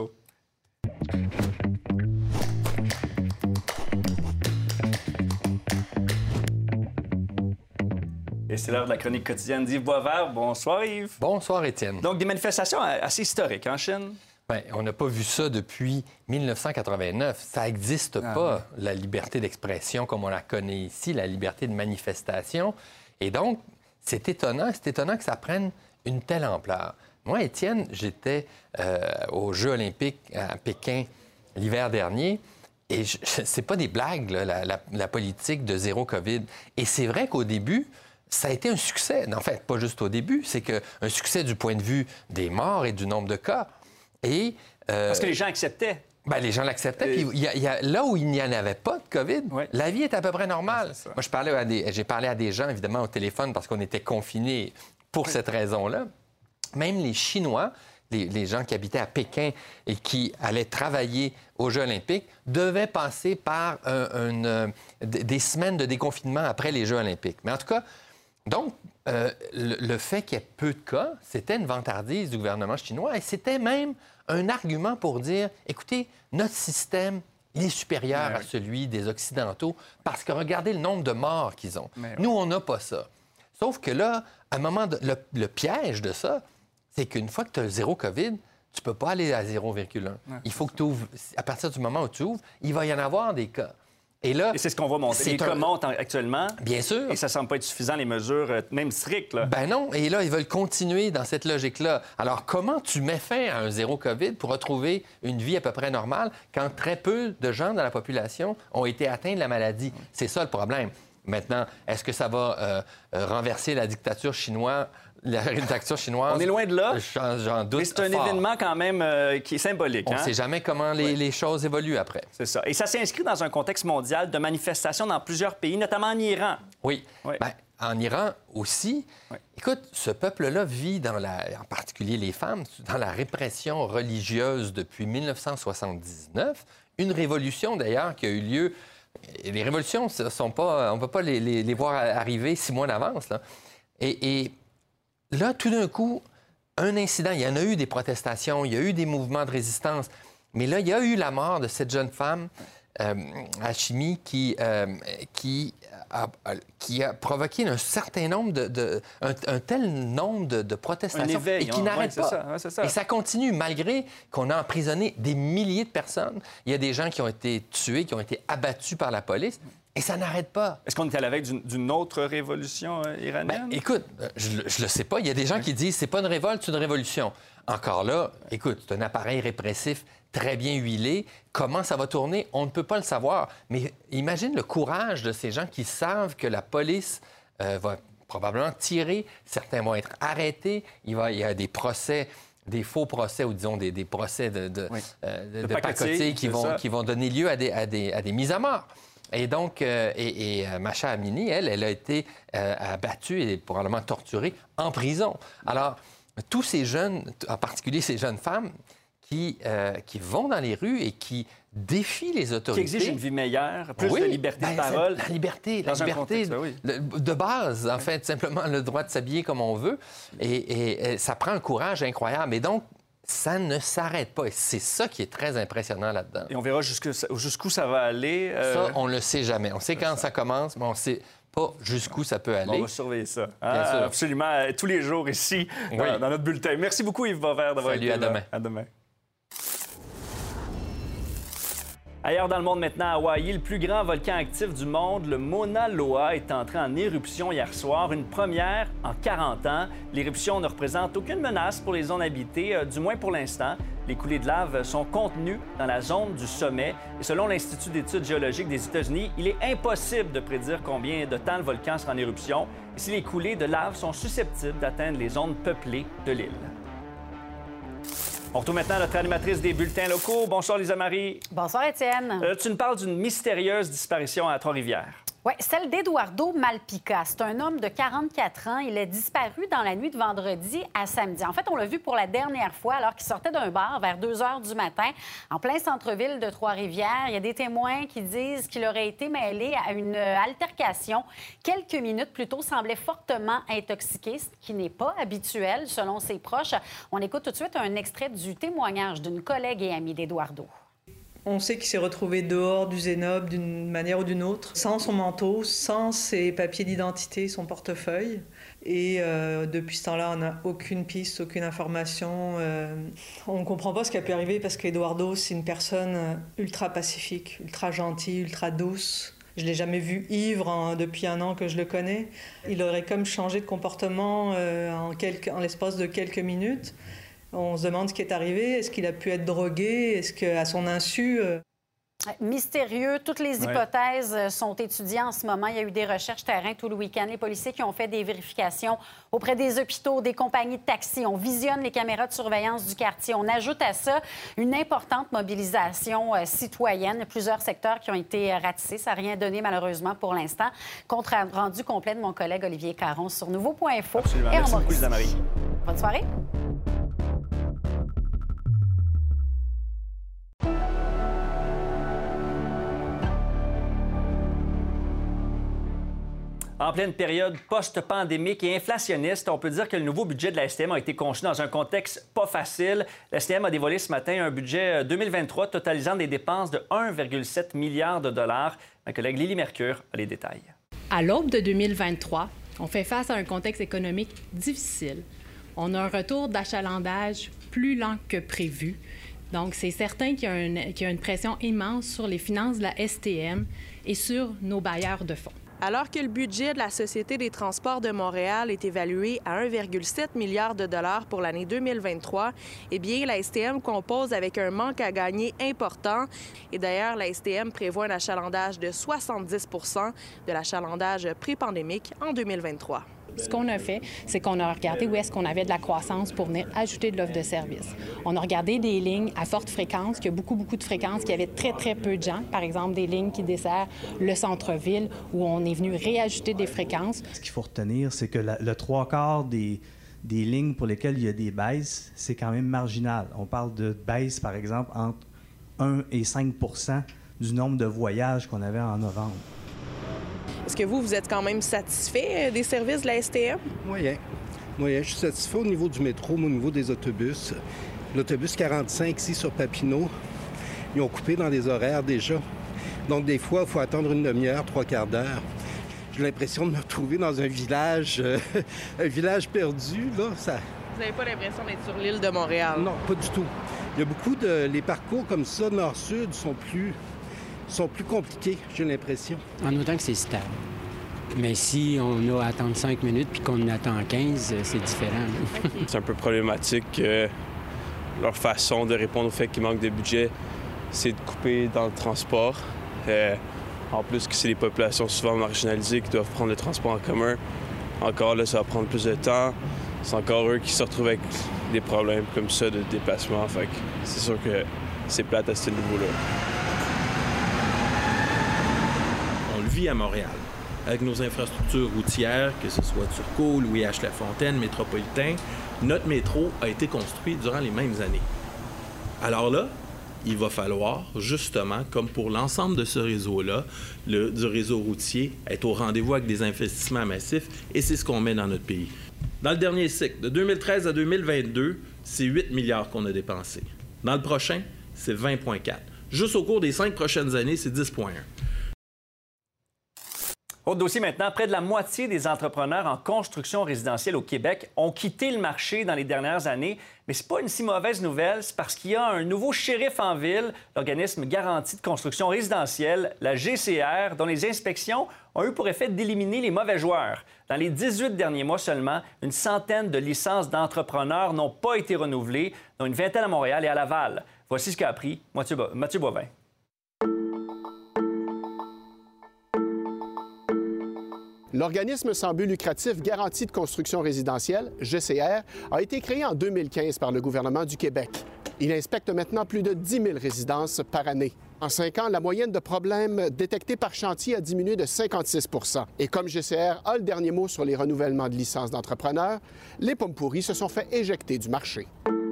Et c'est l'heure de la chronique quotidienne d'Yves Boisvert. Bonsoir, Yves. Bonsoir, Étienne. Donc, des manifestations assez historiques en Chine? Bien, on n'a pas vu ça depuis mille neuf cent quatre-vingt-neuf. Ça n'existe ah, pas, oui. la liberté d'expression comme on la connaît ici, la liberté de manifestation. Et donc, c'est étonnant, c'est étonnant que ça prenne une telle ampleur. Moi, Étienne, j'étais euh, aux Jeux olympiques à Pékin l'hiver dernier et je, je, c'est pas des blagues, là, la, la, la politique de zéro COVID. Et c'est vrai qu'au début, ça a été un succès. En fait, pas juste au début, c'est que un succès du point de vue des morts et du nombre de cas. Et, euh, Parce que les gens acceptaient. Bien, les gens l'acceptaient. Puis, il y a, il y a, là où il n'y en avait pas de COVID, oui. la vie est à peu près normale. Ouais, Moi, je parlais à des, j'ai parlé à des gens, évidemment, au téléphone parce qu'on était confinés pour oui. cette raison-là. Même les Chinois, les, les gens qui habitaient à Pékin et qui allaient travailler aux Jeux olympiques, devaient passer par un, une, des semaines de déconfinement après les Jeux olympiques. Mais en tout cas, donc, euh, le, le fait qu'il y ait peu de cas, c'était une vantardise du gouvernement chinois et c'était même un argument pour dire, écoutez, notre système, il est supérieur oui. à celui des Occidentaux parce que regardez le nombre de morts qu'ils ont. Oui. Nous, on n'a pas ça. Sauf que là, à un moment, de, le, le piège de ça, c'est qu'une fois que tu as zéro COVID, tu ne peux pas aller à zéro virgule un. Oui. Il faut que tu ouvres, à partir du moment où tu ouvres, il va y en avoir des cas. Et là, et c'est ce qu'on va monter. Les cas un... montent actuellement. Bien sûr. Et ça ne semble pas être suffisant, les mesures, même strictes. Là. Ben non. Et là, ils veulent continuer dans cette logique-là. Alors, comment tu mets fin à un zéro COVID pour retrouver une vie à peu près normale quand très peu de gens dans la population ont été atteints de la maladie? C'est ça le problème. Maintenant, est-ce que ça va euh, renverser la dictature chinoise? La dictature chinoise. On est loin de là. J'en, j'en doute. Mais c'est un fort. événement quand même euh, qui est symbolique. On ne hein? sait jamais comment les, oui. les choses évoluent après. C'est ça. Et ça s'inscrit dans un contexte mondial de manifestations dans plusieurs pays, notamment en Iran. Oui. oui. Bien, en Iran aussi, oui. Écoute, ce peuple-là vit, dans la, en particulier les femmes, dans la répression religieuse depuis mille neuf cent soixante-dix-neuf. Une révolution, d'ailleurs, qui a eu lieu. Et les révolutions, sont pas, on ne peut pas les, les, les voir arriver six mois d'avance. Là. Et, et là, tout d'un coup, un incident. Il y en a eu des protestations, il y a eu des mouvements de résistance. Mais là, il y a eu la mort de cette jeune femme, euh, Hachimi, qui, euh, qui, a, qui a provoqué un certain nombre de... de un, un tel nombre de, de protestations. Un éveil, et qui on... n'arrête ouais, pas. Ça, ouais, c'est ça. Et ça continue, malgré qu'on a emprisonné des milliers de personnes. Il y a des gens qui ont été tués, qui ont été abattus par la police. Et ça n'arrête pas. Est-ce qu'on est à la veille d'une, d'une autre révolution euh, iranienne? Ben, écoute, je ne le sais pas. Il y a des gens qui disent c'est pas une révolte, c'est une révolution. Encore là, écoute, c'est un appareil répressif très bien huilé. Comment ça va tourner? On ne peut pas le savoir. Mais imagine le courage de ces gens qui savent que la police euh, va probablement tirer. Certains vont être arrêtés. Il, va, il y a des procès... des faux procès ou, disons, des, des procès de, de, oui. euh, de, de, de pacotille qui vont, qui vont donner lieu à des, à des, à des mises à mort. Et donc, euh, et, et Mahsa Amini, elle, elle a été euh, abattue et probablement torturée en prison. Alors, tous ces jeunes, en particulier ces jeunes femmes, qui, euh, qui vont dans les rues et qui défient les autorités. Qui exigent une vie meilleure, plus oui, de liberté ben, de parole. La liberté, la liberté contexte, ben oui. le, de base, en fait, simplement le droit de s'habiller comme on veut. Et, et, et ça prend un courage incroyable. Et donc, ça ne s'arrête pas. Et c'est ça qui est très impressionnant là-dedans. Et on verra jusqu'où ça, jusqu'où ça va aller. Euh... Ça, on ne le sait jamais. On sait quand ça, ça commence, mais on ne sait pas jusqu'où ça peut aller. On va surveiller ça. Ah, absolument. Tous les jours ici, oui. dans, dans notre bulletin. Merci beaucoup, Yves Boisvert, d'avoir Salut, été à là. demain. À demain. Ailleurs dans le monde maintenant, à Hawaï, le plus grand volcan actif du monde, le Mauna Loa, est entré en éruption hier soir, une première en quarante ans. L'éruption ne représente aucune menace pour les zones habitées, euh, du moins pour l'instant. Les coulées de lave sont contenues dans la zone du sommet. Et selon l'Institut d'études géologiques des États-Unis, il est impossible de prédire combien de temps le volcan sera en éruption et si les coulées de lave sont susceptibles d'atteindre les zones peuplées de l'île. On retourne maintenant à notre animatrice des bulletins locaux. Bonsoir, Lisa Marie. Bonsoir, Étienne. Euh, tu nous parles d'une mystérieuse disparition à Trois-Rivières. Oui, celle d'Eduardo Malpica. C'est un homme de quarante-quatre ans. Il est disparu dans la nuit de vendredi à samedi. En fait, on l'a vu pour la dernière fois alors qu'il sortait d'un bar vers deux heures du matin, en plein centre-ville de Trois-Rivières. Il y a des témoins qui disent qu'il aurait été mêlé à une altercation. Quelques minutes plus tôt, semblait fortement intoxiqué, ce qui n'est pas habituel selon ses proches. On écoute tout de suite un extrait du témoignage d'une collègue et amie d'Eduardo. On sait qu'il s'est retrouvé dehors du Zénob d'une manière ou d'une autre, sans son manteau, sans ses papiers d'identité, son portefeuille. Et euh, depuis ce temps-là, on n'a aucune piste, aucune information. Euh, on ne comprend pas ce qui a pu arriver parce qu'Eduardo, c'est une personne ultra pacifique, ultra gentille, ultra douce. Je ne l'ai jamais vu ivre en, depuis un an que je le connais. Il aurait comme changé de comportement euh, en, quelques, en l'espace de quelques minutes. On se demande ce qui est arrivé. Est-ce qu'il a pu être drogué? Est-ce qu'à son insu... Euh... Mystérieux. Toutes les hypothèses ouais. sont étudiées en ce moment. Il y a eu des recherches terrain tout le week-end. Les policiers qui ont fait des vérifications auprès des hôpitaux, des compagnies de taxis. On visionne les caméras de surveillance du quartier. On ajoute à ça une importante mobilisation euh, citoyenne. Plusieurs secteurs qui ont été ratissés. Ça n'a rien donné, malheureusement, pour l'instant. Compte rendu complet de mon collègue Olivier Caron sur nouveau point info. Absolument. Et Merci beaucoup, Lisa Marie. Bonne soirée. En pleine période post-pandémique et inflationniste, on peut dire que le nouveau budget de la S T M a été conçu dans un contexte pas facile. La S T M a dévoilé ce matin un budget deux mille vingt-trois totalisant des dépenses de un virgule sept milliard de dollars. Ma collègue Lily Mercure a les détails. À l'aube de deux mille vingt-trois, on fait face à un contexte économique difficile. On a un retour d'achalandage plus lent que prévu. Donc, c'est certain qu'il y a une, qu'il y a une pression immense sur les finances de la S T M et sur nos bailleurs de fonds. Alors que le budget de la Société des transports de Montréal est évalué à un virgule sept milliard de dollars pour l'année deux mille vingt-trois, eh bien, la S T M compose avec un manque à gagner important. Et d'ailleurs, la S T M prévoit un achalandage de soixante-dix pour cent de l'achalandage pré-pandémique en deux mille vingt-trois. Ce qu'on a fait, c'est qu'on a regardé où est-ce qu'on avait de la croissance pour venir ajouter de l'offre de service. On a regardé des lignes à forte fréquence, qui a beaucoup, beaucoup de fréquences, qui avaient très, très peu de gens. Par exemple, des lignes qui desservent le centre-ville, où on est venu réajouter des fréquences. Ce qu'il faut retenir, c'est que la, le trois quarts des, des lignes pour lesquelles il y a des baisses, c'est quand même marginal. On parle de baisse, par exemple, entre un et cinq pour cent du nombre de voyages qu'on avait en novembre. Est-ce que vous, vous êtes quand même satisfait des services de la S T M? Moyen. Moyen. Je suis satisfait au niveau du métro, au niveau des autobus. L'autobus quarante-cinq ici sur Papineau, ils ont coupé dans les horaires déjà. Donc, des fois, il faut attendre une demi-heure, trois quarts d'heure. J'ai l'impression de me retrouver dans un village, euh, un village perdu, là. Ça... Vous n'avez pas l'impression d'être sur l'île de Montréal? Non, pas du tout. Il y a beaucoup de... Les parcours comme ça, nord-sud, sont plus... sont plus compliqués, j'ai l'impression. En autant que c'est stable. Mais si on a à attendre cinq minutes puis qu'on en attend quinze, c'est différent. Okay. C'est un peu problématique. Euh, leur façon de répondre au fait qu'il manque de budget, c'est de couper dans le transport. Euh, en plus que c'est des populations souvent marginalisées qui doivent prendre le transport en commun. Encore là, ça va prendre plus de temps. C'est encore eux qui se retrouvent avec des problèmes comme ça de déplacement. Fait que c'est sûr que c'est plate à ce niveau-là. On le vit à Montréal, avec nos infrastructures routières, que ce soit Turcot, Louis H. Lafontaine, Métropolitain. Notre métro a été construit durant les mêmes années. Alors là, il va falloir, justement, comme pour l'ensemble de ce réseau-là, le, du réseau routier, être au rendez-vous avec des investissements massifs, et c'est ce qu'on met dans notre pays. Dans le dernier cycle, de deux mille treize à deux mille vingt-deux, c'est huit milliards qu'on a dépensés. Dans le prochain, c'est vingt virgule quatre. Juste au cours des cinq prochaines années, c'est dix virgule un. Autre dossier maintenant, près de la moitié des entrepreneurs en construction résidentielle au Québec ont quitté le marché dans les dernières années. Mais ce n'est pas une si mauvaise nouvelle, c'est parce qu'il y a un nouveau shérif en ville, l'organisme garanti de construction résidentielle, la G C R, dont les inspections ont eu pour effet d'éliminer les mauvais joueurs. Dans les dix-huit derniers mois seulement, une centaine de licences d'entrepreneurs n'ont pas été renouvelées, dont une vingtaine à Montréal et à Laval. Voici ce qu'a appris Mathieu, Bo- Mathieu Bovin. L'organisme sans but lucratif Garanti de construction résidentielle, G C R, a été créé en deux mille quinze par le gouvernement du Québec. Il inspecte maintenant plus de dix mille résidences par année. En cinq ans, la moyenne de problèmes détectés par chantier a diminué de cinquante-six pour cent. Et comme G C R a le dernier mot sur les renouvellements de licences d'entrepreneurs, les pommes pourries se sont fait éjecter du marché.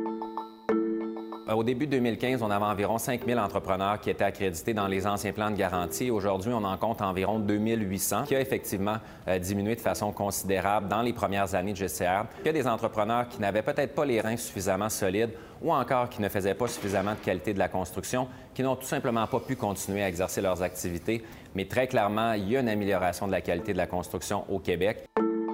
Au début de deux mille quinze, on avait environ cinq mille entrepreneurs qui étaient accrédités dans les anciens plans de garantie. Aujourd'hui, on en compte environ deux mille huit cents, qui a effectivement euh, diminué de façon considérable dans les premières années de G C R. Il y a des entrepreneurs qui n'avaient peut-être pas les reins suffisamment solides ou encore qui ne faisaient pas suffisamment de qualité de la construction, qui n'ont tout simplement pas pu continuer à exercer leurs activités. Mais très clairement, il y a une amélioration de la qualité de la construction au Québec.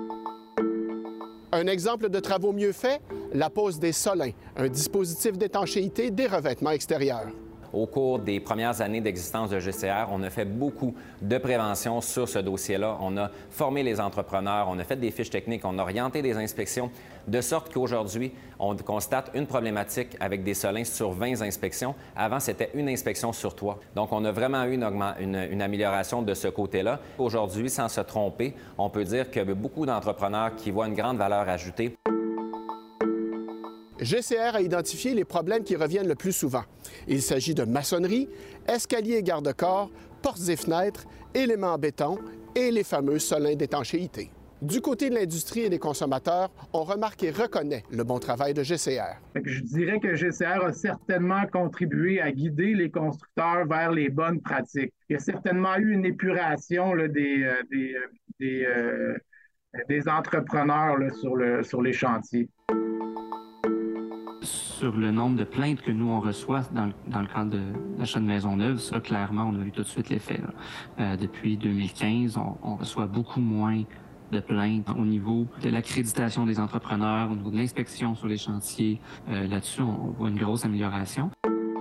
Un exemple de travaux mieux faits, la pose des solins, un dispositif d'étanchéité des revêtements extérieurs. Au cours des premières années d'existence de G C R, on a fait beaucoup de prévention sur ce dossier-là. On a formé les entrepreneurs, on a fait des fiches techniques, on a orienté des inspections, de sorte qu'aujourd'hui, on constate une problématique avec des solins sur vingt inspections. Avant, c'était une inspection sur trois. Donc, on a vraiment eu une, une, une amélioration de ce côté-là. Aujourd'hui, sans se tromper, on peut dire qu'il y a beaucoup d'entrepreneurs qui voient une grande valeur ajoutée. G C R a identifié les problèmes qui reviennent le plus souvent. Il s'agit de maçonnerie, escaliers et garde-corps, portes et fenêtres, éléments en béton et les fameux solins d'étanchéité. Du côté de l'industrie et des consommateurs, on remarque et reconnaît le bon travail de G C R. Je dirais que G C R a certainement contribué à guider les constructeurs vers les bonnes pratiques. Il y a certainement eu une épuration là, des, euh, des, euh, des, euh, des entrepreneurs là, sur, le, sur les chantiers. Sur le nombre de plaintes que nous, on reçoit dans le, dans le cadre de l'achat de maisons neuves, ça, clairement, on a vu tout de suite l'effet. Euh, depuis deux mille quinze, on, on reçoit beaucoup moins de plaintes au niveau de l'accréditation des entrepreneurs, au niveau de l'inspection sur les chantiers. Euh, là-dessus, on, on voit une grosse amélioration.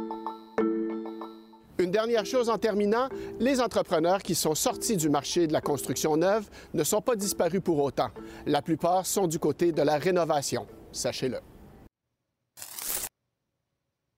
Une dernière chose en terminant, les entrepreneurs qui sont sortis du marché de la construction neuve ne sont pas disparus pour autant. La plupart sont du côté de la rénovation, sachez-le.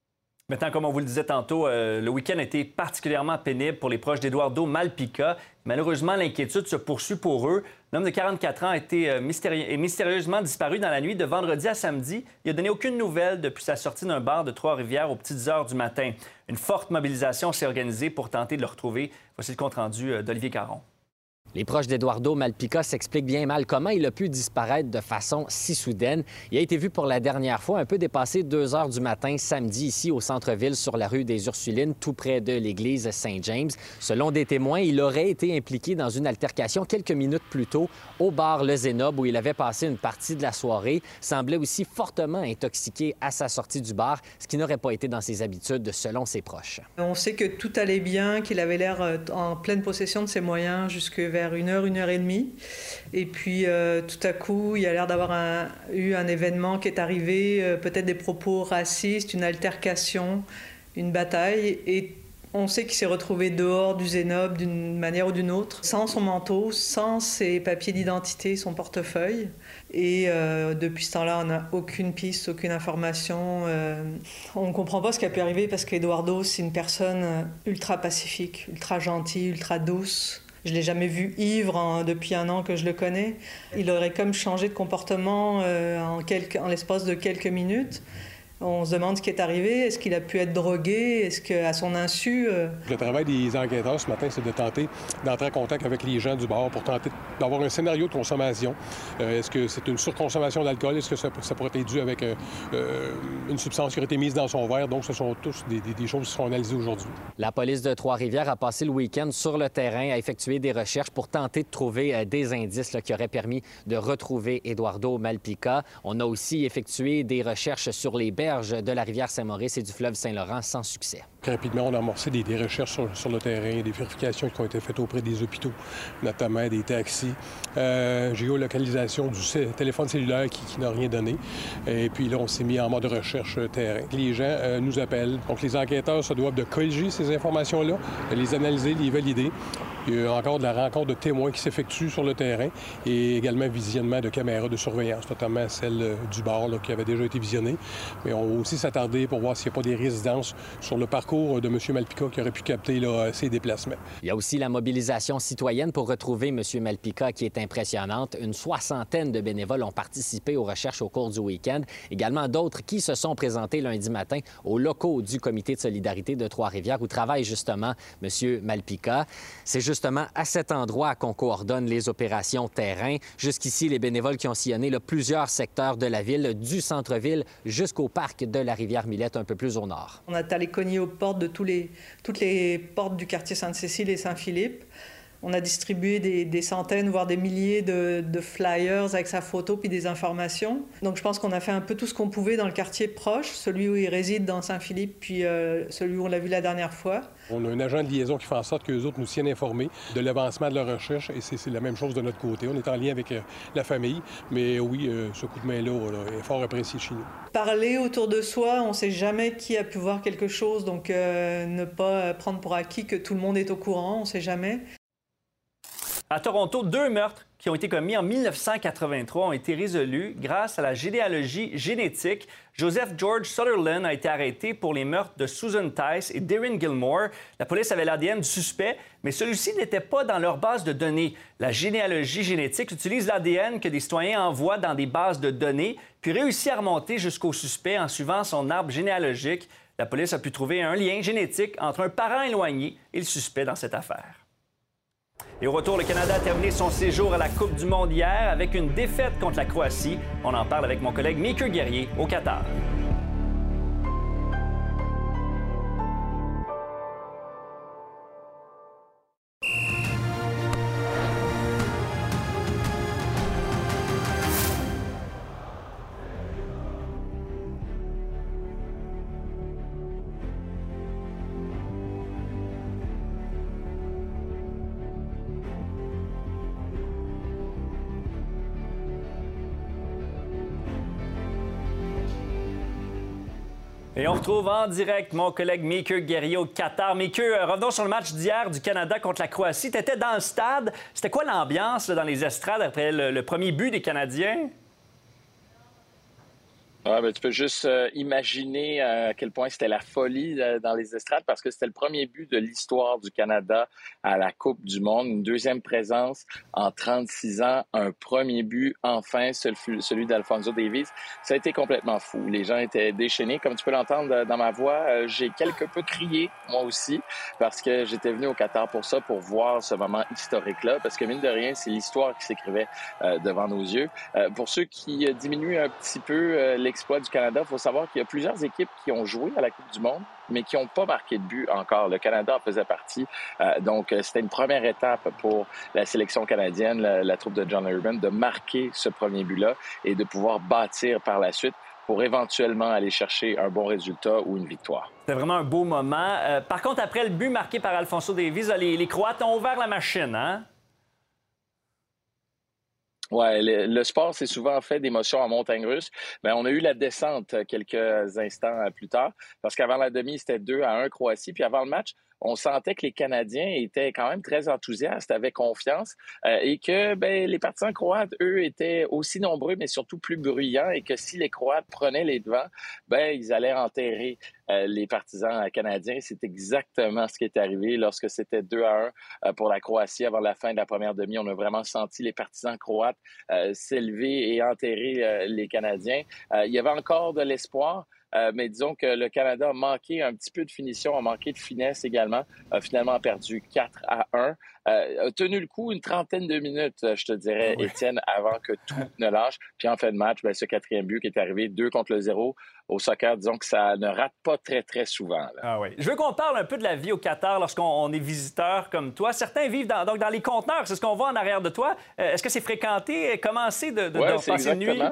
Maintenant, comme on vous le disait tantôt, euh, le week-end a été particulièrement pénible pour les proches d'Eduardo Malpica. Malheureusement, l'inquiétude se poursuit pour eux. L'homme de quarante-quatre ans a été euh, mystérieux, est mystérieusement disparu dans la nuit de vendredi à samedi. Il n'a donné aucune nouvelle depuis sa sortie d'un bar de Trois-Rivières aux petites heures du matin. Une forte mobilisation s'est organisée pour tenter de le retrouver. Voici le compte-rendu euh, d'Olivier Caron. Les proches d'Eduardo Malpica s'expliquent bien mal comment il a pu disparaître de façon si soudaine. Il a été vu pour la dernière fois un peu dépassé deux heures du matin samedi ici au centre-ville sur la rue des Ursulines, tout près de l'église Saint-James. Selon des témoins, il aurait été impliqué dans une altercation quelques minutes plus tôt au bar Le Zénob où il avait passé une partie de la soirée. Semblait aussi fortement intoxiqué à sa sortie du bar, ce qui n'aurait pas été dans ses habitudes selon ses proches. On sait que tout allait bien, qu'il avait l'air en pleine possession de ses moyens jusque vers une heure, une heure et demie. Et puis, euh, tout à coup, il y a l'air d'avoir un, eu un événement qui est arrivé, euh, peut-être des propos racistes, une altercation, une bataille. Et on sait qu'il s'est retrouvé dehors du Zénob d'une manière ou d'une autre, sans son manteau, sans ses papiers d'identité, son portefeuille. Et euh, depuis ce temps-là, on n'a aucune piste, aucune information. Euh, on ne comprend pas ce qui a pu arriver parce qu'Eduardo, c'est une personne ultra pacifique, ultra gentille, ultra douce. Je ne l'ai jamais vu ivre en, depuis un an que je le connais. Il aurait comme changé de comportement euh, en, quelques, en l'espace de quelques minutes. On se demande ce qui est arrivé. Est-ce qu'il a pu être drogué? Est-ce qu'à son insu... Euh... Le travail des enquêteurs ce matin, c'est de tenter d'entrer en contact avec les gens du bar pour tenter d'avoir un scénario de consommation. Euh, est-ce que c'est une surconsommation d'alcool? Est-ce que ça, ça pourrait être dû avec euh, euh, une substance qui aurait été mise dans son verre? Donc, ce sont tous des, des, des choses qui seront analysées aujourd'hui. La police de Trois-Rivières a passé le week-end sur le terrain, a effectué des recherches pour tenter de trouver euh, des indices là, qui auraient permis de retrouver Eduardo Malpica. On a aussi effectué des recherches sur les berges de la rivière Saint-Maurice et du fleuve Saint-Laurent sans succès. Rapidement, on a amorcé des, des recherches sur, sur le terrain, des vérifications qui ont été faites auprès des hôpitaux, notamment des taxis, euh, géolocalisation du téléphone cellulaire qui, qui n'a rien donné. Et puis là, on s'est mis en mode recherche terrain. Les gens euh, nous appellent. Donc, les enquêteurs se doivent de colliger ces informations-là, de les analyser, les valider. Il y a encore de la rencontre de témoins qui s'effectue sur le terrain et également visionnement de caméras de surveillance, notamment celle du bar là, qui avait déjà été visionnée. Mais on va aussi s'attarder pour voir s'il n'y a pas des résidences sur le parcours de M. Malpica qui aurait pu capter là, ses déplacements. Il y a aussi la mobilisation citoyenne pour retrouver M. Malpica qui est impressionnante. Une soixantaine de bénévoles ont participé aux recherches au cours du week-end. Également d'autres qui se sont présentés lundi matin aux locaux du Comité de solidarité de Trois-Rivières où travaille justement M. Malpica. C'est justement à cet endroit qu'on coordonne les opérations terrain. Jusqu'ici, les bénévoles qui ont sillonné là, plusieurs secteurs de la ville, du centre-ville jusqu'au parc de la Rivière-Millette, un peu plus au nord. On est allé cogner aux portes de tous les, toutes les portes du quartier Sainte-Cécile et Saint-Philippe. On a distribué des, des centaines, voire des milliers de, de flyers avec sa photo puis des informations. Donc je pense qu'on a fait un peu tout ce qu'on pouvait dans le quartier proche, celui où il réside dans Saint-Philippe, puis euh, celui où on l'a vu la dernière fois. On a un agent de liaison qui fait en sorte qu'eux autres nous tiennent informés de l'avancement de la recherche et c'est la même chose de notre côté. On est en lien avec euh, la famille, mais oui, euh, ce coup de main-là là, est fort apprécié chez nous. Parler autour de soi, on ne sait jamais qui a pu voir quelque chose, donc euh, ne pas prendre pour acquis que tout le monde est au courant, on ne sait jamais. À Toronto, deux meurtres qui ont été commis en mille neuf cent quatre-vingt-trois ont été résolus grâce à la généalogie génétique. Joseph George Sutherland a été arrêté pour les meurtres de Susan Tice et Darren Gilmore. La police avait l'A D N du suspect, mais celui-ci n'était pas dans leur base de données. La généalogie génétique utilise l'A D N que des citoyens envoient dans des bases de données, puis réussit à remonter jusqu'au suspect en suivant son arbre généalogique. La police a pu trouver un lien génétique entre un parent éloigné et le suspect dans cette affaire. Et au retour, le Canada a terminé son séjour à la Coupe du monde hier avec une défaite contre la Croatie. On en parle avec mon collègue Mika Guerrier au Qatar. Et on retrouve en direct mon collègue Mika Guerrier au Qatar. Mika, revenons sur le match d'hier du Canada contre la Croatie. Tu étais dans le stade. C'était quoi l'ambiance là, dans les estrades après le, le premier but des Canadiens? Ouais, ben, tu peux juste euh, imaginer euh, à quel point c'était la folie euh, dans les estrades parce que c'était le premier but de l'histoire du Canada à la Coupe du Monde. Une deuxième présence en trente-six ans, un premier but enfin, celui d'Alphonso Davies. Ça a été complètement fou. Les gens étaient déchaînés. Comme tu peux l'entendre dans ma voix, euh, j'ai quelque peu crié, moi aussi, parce que j'étais venu au Qatar pour ça, pour voir ce moment historique-là. Parce que mine de rien, c'est l'histoire qui s'écrivait euh, devant nos yeux. Euh, pour ceux qui euh, diminuent un petit peu euh, les l'exploit du Canada, il faut savoir qu'il y a plusieurs équipes qui ont joué à la Coupe du Monde, mais qui n'ont pas marqué de but encore. Le Canada en faisait partie. Euh, donc, c'était une première étape pour la sélection canadienne, la, la troupe de John Urban, de marquer ce premier but-là et de pouvoir bâtir par la suite pour éventuellement aller chercher un bon résultat ou une victoire. C'était vraiment un beau moment. Euh, par contre, après le but marqué par Alphonso Davies, les, les Croates ont ouvert la machine, hein? Ouais, le, le sport, c'est souvent fait d'émotions en montagne russe. Mais on a eu la descente quelques instants plus tard, parce qu'avant la demi, c'était deux à un Croatie. Puis avant le match, on sentait que les Canadiens étaient quand même très enthousiastes, avaient confiance, euh, et que ben, les partisans croates, eux, étaient aussi nombreux, mais surtout plus bruyants, et que si les Croates prenaient les devants, ben, ils allaient enterrer euh, les partisans canadiens. C'est exactement ce qui est arrivé lorsque c'était deux à un euh, pour la Croatie avant la fin de la première demi. On a vraiment senti les partisans croates euh, s'élever et enterrer euh, les Canadiens. Euh, il y avait encore de l'espoir. Euh, mais disons que le Canada a manqué un petit peu de finition, a manqué de finesse également, a finalement perdu quatre à un. Euh, a tenu le coup une trentaine de minutes, je te dirais, oui. Étienne, avant que tout ne lâche. Puis en fin de match, ben, ce quatrième but qui est arrivé, deux contre le zéro au soccer, disons que ça ne rate pas très, très souvent. Là. Ah oui. Je veux qu'on parle un peu de la vie au Qatar lorsqu'on est visiteur comme toi. Certains vivent dans, donc dans les conteneurs, c'est ce qu'on voit en arrière de toi. Euh, est-ce que c'est fréquenté? Comment c'est de, de, ouais, de c'est passer une nuit?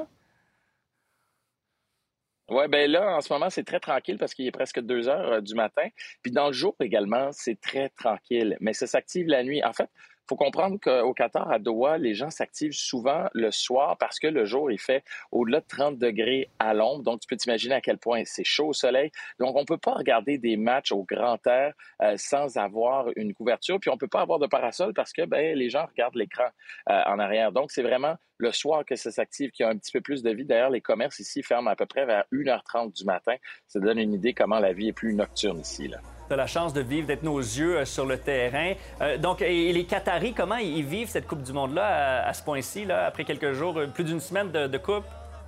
Oui, bien là, en ce moment, c'est très tranquille parce qu'il est presque deux heures euh, du matin. Puis dans le jour également, c'est très tranquille. Mais ça s'active la nuit. En fait, il faut comprendre qu'au Qatar, à Doha, les gens s'activent souvent le soir parce que le jour, il fait au-delà de trente degrés à l'ombre. Donc, tu peux t'imaginer à quel point c'est chaud au soleil. Donc, on ne peut pas regarder des matchs au grand air euh, sans avoir une couverture. Puis, on ne peut pas avoir de parasol parce que ben, les gens regardent l'écran euh, en arrière. Donc, c'est vraiment le soir que ça s'active, qui a un petit peu plus de vie. D'ailleurs, les commerces ici ferment à peu près vers une heure trente du matin. Ça donne une idée comment la vie est plus nocturne ici, là. Tu as la chance de vivre, d'être nos yeux euh, sur le terrain. Euh, donc, et, et les Qataris, comment ils vivent cette Coupe du Monde-là à, à ce point-ci, là, après quelques jours, plus d'une semaine de, de Coupe?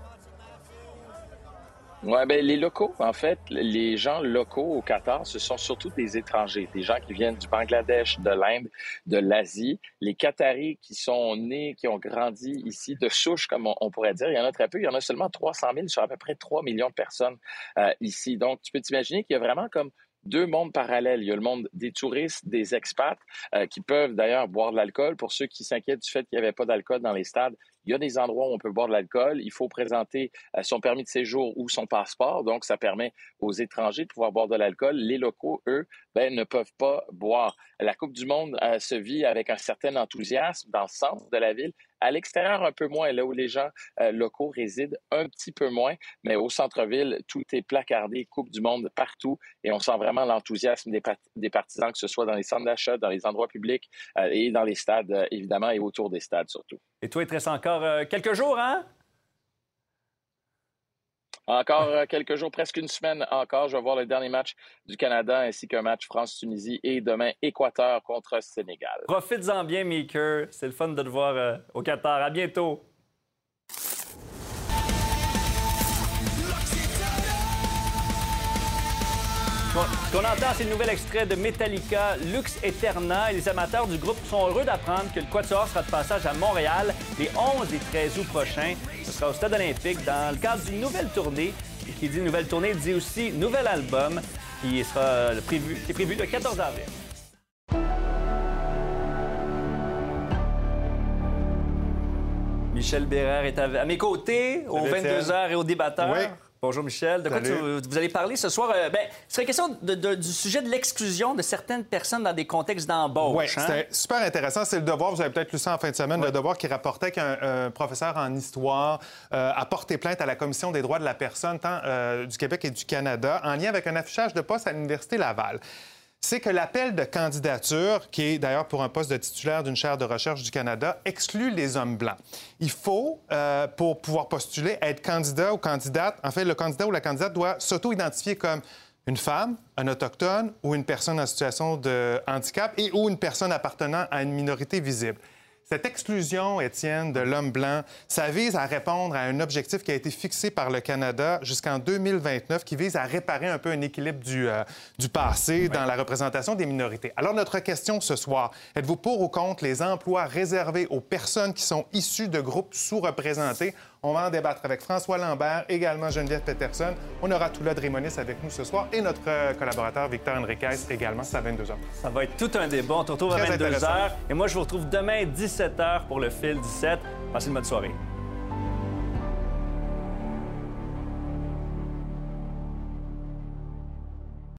Oui, bien, les locaux, en fait, les gens locaux au Qatar, ce sont surtout des étrangers, des gens qui viennent du Bangladesh, de l'Inde, de l'Asie. Les Qataris qui sont nés, qui ont grandi ici de souche, comme on, on pourrait dire, il y en a très peu. Il y en a seulement trois cent mille sur à peu près trois millions de personnes euh, ici. Donc, tu peux t'imaginer qu'il y a vraiment comme deux mondes parallèles. Il y a le monde des touristes, des expats, euh, qui peuvent d'ailleurs boire de l'alcool. Pour ceux qui s'inquiètent du fait qu'il n'y avait pas d'alcool dans les stades, il y a des endroits où on peut boire de l'alcool. Il faut présenter euh, son permis de séjour ou son passeport. Donc, ça permet aux étrangers de pouvoir boire de l'alcool. Les locaux, eux, ben, ne peuvent pas boire. La Coupe du Monde euh, se vit avec un certain enthousiasme dans le centre de la ville. À l'extérieur, un peu moins, là où les gens euh, locaux résident, un petit peu moins. Mais au centre-ville, tout est placardé, Coupe du Monde partout. Et on sent vraiment l'enthousiasme des, des partisans, que ce soit dans les centres d'achat, dans les endroits publics euh, et dans les stades, euh, évidemment, et autour des stades surtout. Et toi, il te reste encore euh, quelques jours, hein? Encore euh, quelques jours, presque une semaine encore. Je vais voir le dernier match du Canada ainsi qu'un match France-Tunisie et demain, Équateur contre Sénégal. Profites-en bien, Meeker. C'est le fun de te voir euh, au Qatar. À bientôt. Bon, ce qu'on entend, c'est le nouvel extrait de Metallica, Lux Eterna. Et les amateurs du groupe sont heureux d'apprendre que le Quatuor sera de passage à Montréal les onze et treize août prochains. Ce sera au Stade olympique dans le cadre d'une nouvelle tournée. Et qui dit nouvelle tournée dit aussi nouvel album qui sera prévu, qui est prévu le quatorze avril. Michel Bérère est à, à mes côtés, aux vingt-deux heures et au débatteur. Oui. Bonjour Michel. De quoi tu, vous allez parler ce soir? Euh, ben, ce serait question de, de, du sujet de l'exclusion de certaines personnes dans des contextes d'embauche. Oui, hein? C'était super intéressant. C'est le Devoir, vous avez peut-être lu ça en fin de semaine, ouais. Le Devoir qui rapportait qu'un professeur en histoire euh, a porté plainte à la Commission des droits de la personne, tant euh, du Québec et du Canada, en lien avec un affichage de poste à l'Université Laval. c'est que l'appel de candidature, qui est d'ailleurs pour un poste de titulaire d'une chaire de recherche du Canada, exclut les hommes blancs. Il faut, euh, pour pouvoir postuler, être candidat ou candidate. En fait, le candidat ou la candidate doit s'auto-identifier comme une femme, un autochtone ou une personne en situation de handicap et ou une personne appartenant à une minorité visible. Cette exclusion, Étienne, de l'homme blanc, ça vise à répondre à un objectif qui a été fixé par le Canada jusqu'en deux mille vingt-neuf, qui vise à réparer un peu un équilibre du, euh, du passé dans la représentation des minorités. Alors, notre question ce soir, êtes-vous pour ou contre les emplois réservés aux personnes qui sont issues de groupes sous-représentés? On va en débattre avec François Lambert, également Geneviève Peterson. On aura Toula Drimonis avec nous ce soir et notre euh, collaborateur Victor Enriquez également, c'est à vingt-deux heures. Ça va être tout un débat. On se retrouve à vingt-deux heures. Et moi, je vous retrouve demain, dix-sept heures, pour le fil dix-sept. Passez une bonne soirée.